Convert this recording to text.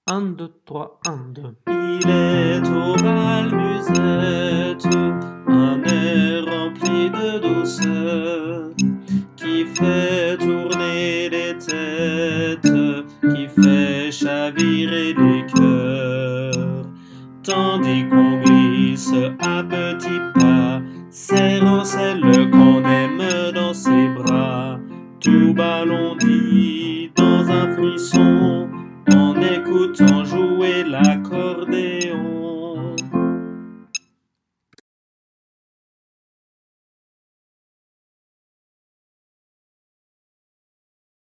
1, 2, 3, 1, 2. Il est au bal musette, un air rempli de douceur, qui fait tourner les têtes, qui fait chavirer les cœurs. Tandis qu'on glisse à petits pas, serrant celle qu'on aime dans ses bras, tout bas l'on dit dans un frisson, en écoutant jouer l'accordéon.